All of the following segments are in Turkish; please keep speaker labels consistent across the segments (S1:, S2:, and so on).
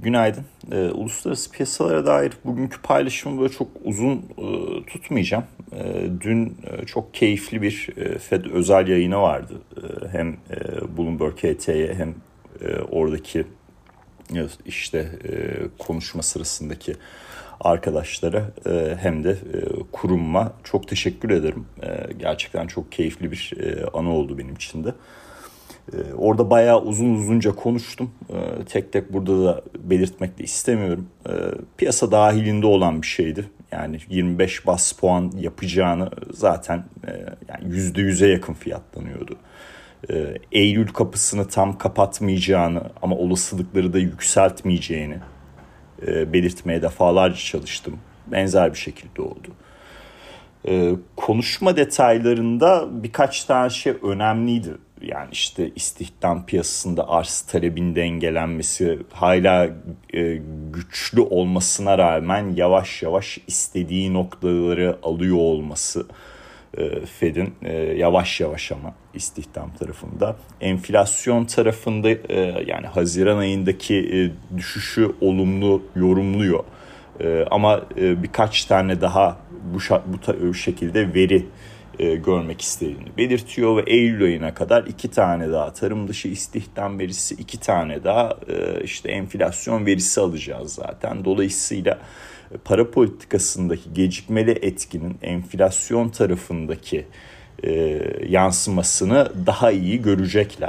S1: Günaydın. Uluslararası piyasalara dair bugünkü paylaşımı böyle çok uzun tutmayacağım. Dün çok keyifli bir Fed özel yayını vardı. Hem Bloomberg HT'ye hem oradaki konuşma sırasındaki arkadaşlara hem de kurumuma çok teşekkür ederim. Gerçekten çok keyifli bir anı oldu benim için de. Orada bayağı uzunca konuştum. Tek tek burada da belirtmek de istemiyorum. Piyasa dahilinde olan bir şeydi. Yani 25 bas puan yapacağını zaten yani %100'e yakın fiyatlanıyordu. Eylül kapısını tam kapatmayacağını ama olasılıkları da yükseltmeyeceğini belirtmeye defalarca çalıştım. Benzer bir şekilde oldu. Konuşma detaylarında birkaç tane şey önemliydi. Yani işte istihdam piyasasında arz talebin dengelenmesi, hala güçlü olmasına rağmen yavaş yavaş istediği noktaları alıyor olması, Fed'in yavaş yavaş ama istihdam tarafında. Enflasyon tarafında yani Haziran ayındaki düşüşü olumlu yorumluyor. Ama birkaç tane daha bu şekilde veri görmek istediğini belirtiyor ve Eylül ayına kadar 2 tane daha tarım dışı istihdam verisi, 2 tane daha enflasyon verisi alacağız zaten. Dolayısıyla para politikasındaki gecikmeli etkinin enflasyon tarafındaki yansımasını daha iyi görecekler.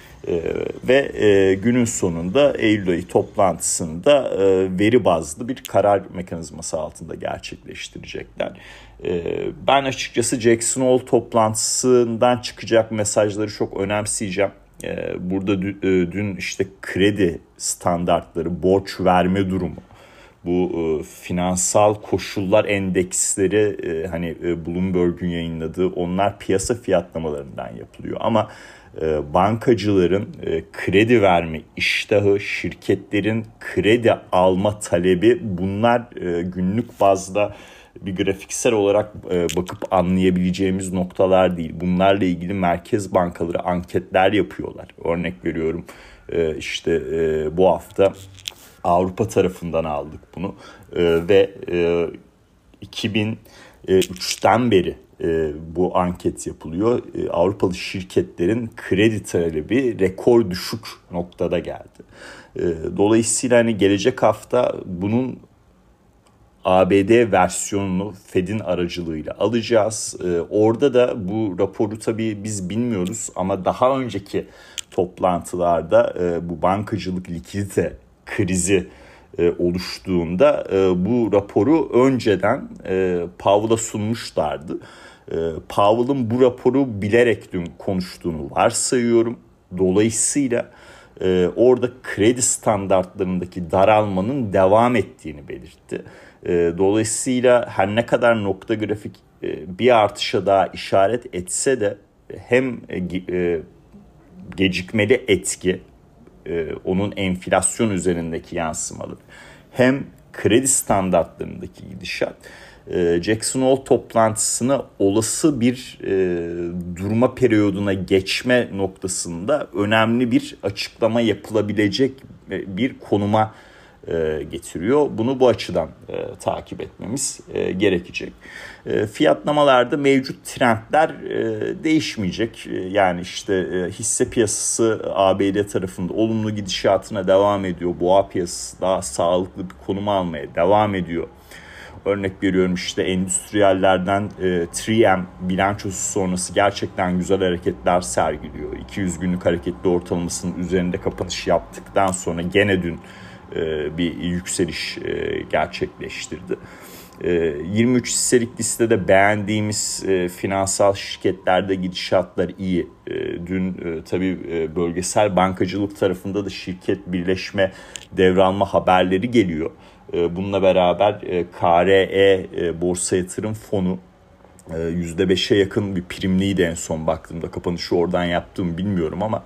S1: Ve günün sonunda Eylül ayı toplantısında veri bazlı bir karar mekanizması altında gerçekleştirecekler. Ben açıkçası Jackson Hole toplantısından çıkacak mesajları çok önemseyeceğim. Burada dün kredi standartları, borç verme durumu, bu finansal koşullar endeksleri Bloomberg'un yayınladığı, onlar piyasa fiyatlamalarından yapılıyor ama bankacıların kredi verme iştahı, şirketlerin kredi alma talebi, bunlar günlük bazda bir grafiksel olarak bakıp anlayabileceğimiz noktalar değil. Bunlarla ilgili merkez bankaları anketler yapıyorlar. Örnek veriyorum bu hafta Avrupa tarafından aldık bunu ve 2003'ten beri bu anket yapılıyor. Avrupalı şirketlerin kredi talebi rekor düşük noktada geldi. Dolayısıyla gelecek hafta bunun ABD versiyonunu Fed'in aracılığıyla alacağız. Orada da bu raporu tabii biz bilmiyoruz ama daha önceki toplantılarda bu bankacılık likidite krizi oluştuğunda bu raporu önceden Powell'a sunmuşlardı. Powell'ın bu raporu bilerek dün konuştuğunu varsayıyorum. Dolayısıyla orada kredi standartlarındaki daralmanın devam ettiğini belirtti. Dolayısıyla her ne kadar nokta grafik bir artışa daha işaret etse de hem gecikmeli etki, onun enflasyon üzerindeki yansımaları, hem kredi standartlarındaki gidişat Jackson Hole toplantısına olası bir durma periyoduna geçme noktasında önemli bir açıklama yapılabilecek bir konuma getiriyor. Bunu bu açıdan takip etmemiz gerekecek. Fiyatlamalarda mevcut trendler değişmeyecek. Yani hisse piyasası ABD tarafında olumlu gidişatına devam ediyor. Boğa piyasası daha sağlıklı bir konuma almaya devam ediyor. Örnek veriyorum endüstriyellerden 3M bilançosu sonrası gerçekten güzel hareketler sergiliyor. 200 günlük hareketli ortalamasının üzerinde kapanış yaptıktan sonra gene dün bir yükseliş gerçekleştirdi. 23 hisselik listede beğendiğimiz finansal şirketlerde gidişatlar iyi. Dün tabii bölgesel bankacılık tarafında da şirket birleşme, devralma haberleri geliyor. Bununla beraber KRE Borsa Yatırım Fonu %5'e yakın bir primliydi en son baktığımda. Kapanışı oradan yaptığımı bilmiyorum ama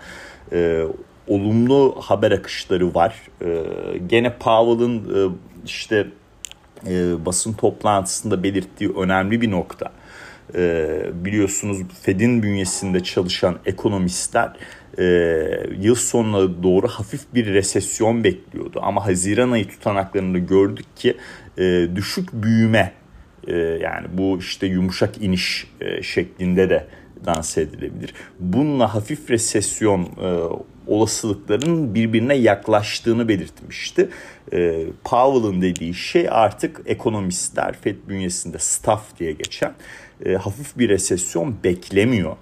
S1: olumlu haber akışları var. Gene Powell'ın basın toplantısında belirttiği önemli bir nokta. Biliyorsunuz Fed'in bünyesinde çalışan ekonomistler yıl sonuna doğru hafif bir resesyon bekliyordu. Ama Haziran ayı tutanaklarında gördük ki düşük büyüme, yani bu işte yumuşak iniş şeklinde de lanse edilebilir. Bununla hafif resesyon olasılıklarının birbirine yaklaştığını belirtmişti. Powell'ın dediği şey, artık ekonomistler Fed bünyesinde staff diye geçen hafif bir resesyon beklemiyor.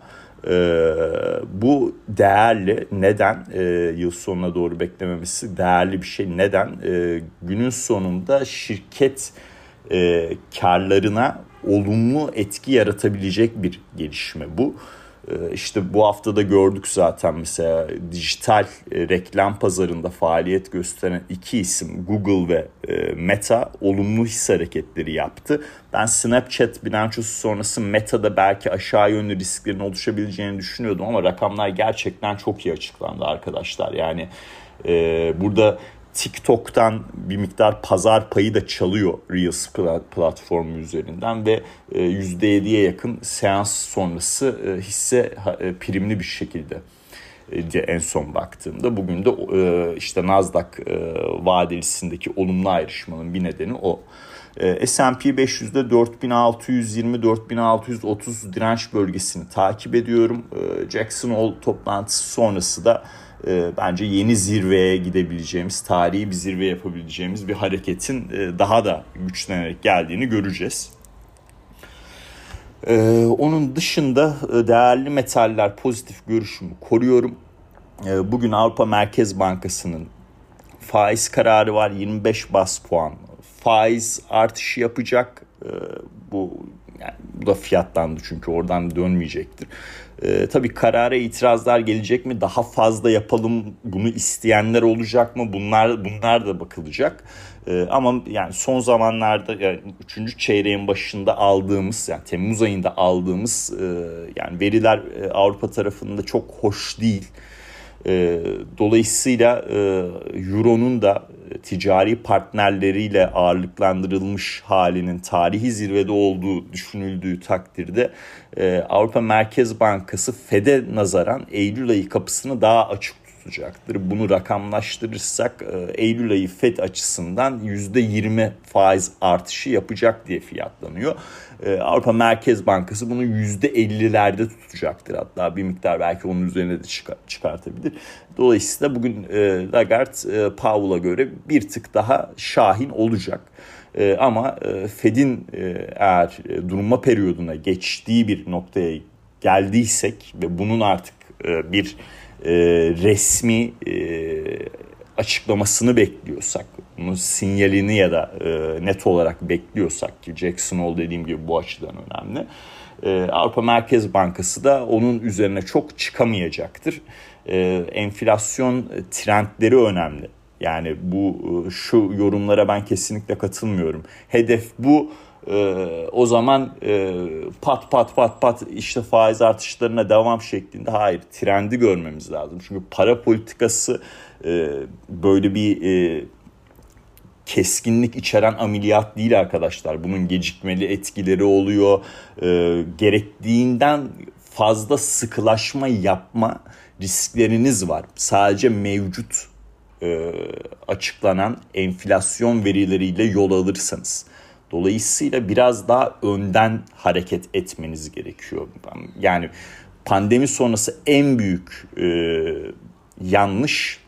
S1: Bu değerli. Neden? Yıl sonuna doğru beklememesi değerli bir şey. Neden? Günün sonunda şirket karlarına olumlu etki yaratabilecek bir gelişme bu. İşte bu haftada gördük zaten, mesela dijital reklam pazarında faaliyet gösteren iki isim, Google ve Meta, olumlu hisse hareketleri yaptı. Ben Snapchat bilançosu sonrası Meta'da belki aşağı yönlü risklerin oluşabileceğini düşünüyordum ama rakamlar gerçekten çok iyi açıklandı arkadaşlar. Yani burada TikTok'tan bir miktar pazar payı da çalıyor Reels platformu üzerinden ve %7'ye yakın seans sonrası hisse primli bir şekilde en son baktığımda. Bugün de işte Nasdaq vadelisindeki olumlu ayrışmanın bir nedeni o. S&P 500'de 4620-4630 direnç bölgesini takip ediyorum. Jackson Hole toplantısı sonrası da bence yeni zirveye gidebileceğimiz, tarihi bir zirve yapabileceğimiz bir hareketin daha da güçlenerek geldiğini göreceğiz. Onun dışında değerli metaller pozitif görüşümü koruyorum. Bugün Avrupa Merkez Bankası'nın faiz kararı var. 25 bas puan faiz artışı yapacak. Bu da fiyatlandı çünkü oradan dönmeyecektir. Tabii karara itirazlar gelecek mi? Daha fazla yapalım, bunu isteyenler olacak mı? Bunlar da bakılacak. Ama yani son zamanlarda, yani 3. çeyreğin başında aldığımız, yani Temmuz ayında aldığımız yani veriler Avrupa tarafında çok hoş değil. Dolayısıyla Euro'nun da ticari partnerleriyle ağırlıklandırılmış halinin tarihi zirvede olduğu düşünüldüğü takdirde Avrupa Merkez Bankası Fed'e nazaran Eylül ayı kapısını daha açık tutacaktır. Bunu rakamlaştırırsak Eylül ayı Fed açısından %20 faiz artışı yapacak diye fiyatlanıyor. Avrupa Merkez Bankası bunu %50'lerde tutacaktır. Hatta bir miktar belki onun üzerine de çıkartabilir. Dolayısıyla bugün Lagarde Powell'a göre bir tık daha şahin olacak. Ama Fed'in eğer durma periyoduna geçtiği bir noktaya geldiysek ve bunun artık bir resmi açıklamasını bekliyorsak, bunun sinyalini ya da net olarak bekliyorsak, ki Jackson Hole dediğim gibi bu açıdan önemli, Avrupa Merkez Bankası da onun üzerine çok çıkamayacaktır. Enflasyon trendleri önemli. Yani şu yorumlara ben kesinlikle katılmıyorum. Hedef bu. O zaman pat işte faiz artışlarına devam şeklinde. Hayır, trendi görmemiz lazım. Çünkü para politikası böyle bir keskinlik içeren ameliyat değil arkadaşlar. Bunun gecikmeli etkileri oluyor. Gerektiğinden fazla sıkılaşma yapma riskleriniz var. Sadece mevcut açıklanan enflasyon verileriyle yol alırsanız. Dolayısıyla biraz daha önden hareket etmeniz gerekiyor. Yani pandemi sonrası en büyük yanlış,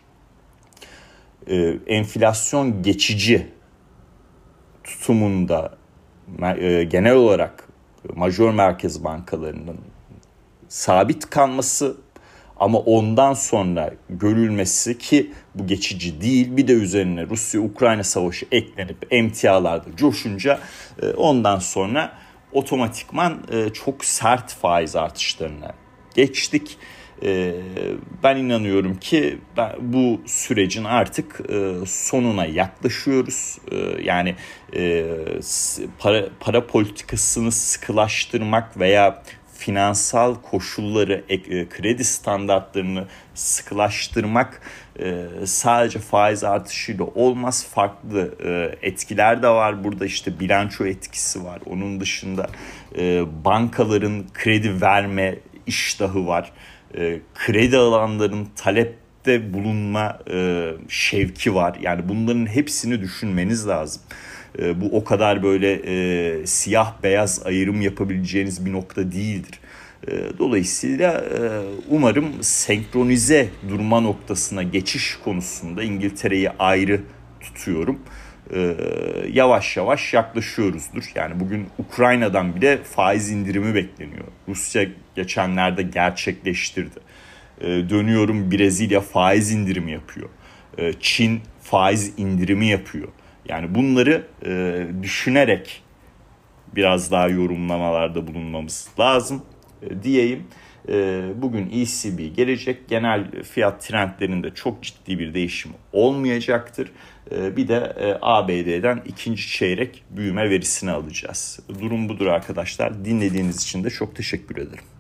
S1: enflasyon geçici tutumunda genel olarak majör merkez bankalarının sabit kalması, ama ondan sonra görülmesi ki bu geçici değil. Bir de üzerine Rusya-Ukrayna savaşı eklenip emtialarda coşunca ondan sonra otomatikman çok sert faiz artışlarına geçtik. Ben inanıyorum ki bu sürecin artık sonuna yaklaşıyoruz. Yani para politikasını sıkılaştırmak veya finansal koşulları, kredi standartlarını sıkılaştırmak sadece faiz artışıyla olmaz. Farklı etkiler de var. Burada işte bilanço etkisi var. Onun dışında bankaların kredi verme iştahı var. Kredi alanların talepte bulunma şevki var. Yani bunların hepsini düşünmeniz lazım. Bu o kadar böyle siyah beyaz ayrım yapabileceğiniz bir nokta değildir. Dolayısıyla umarım senkronize durma noktasına geçiş konusunda İngiltere'yi ayrı tutuyorum. Yavaş yavaş yaklaşıyoruzdur. Yani bugün Ukrayna'dan bile faiz indirimi bekleniyor. Rusya geçenlerde gerçekleştirdi. Dönüyorum, Brezilya faiz indirimi yapıyor. Çin faiz indirimi yapıyor. Yani bunları düşünerek biraz daha yorumlamalarda bulunmamız lazım diyeyim. Bugün ECB gelecek. Genel fiyat trendlerinde çok ciddi bir değişim olmayacaktır. Bir de ABD'den ikinci çeyrek büyüme verisini alacağız. Durum budur arkadaşlar. Dinlediğiniz için de çok teşekkür ederim.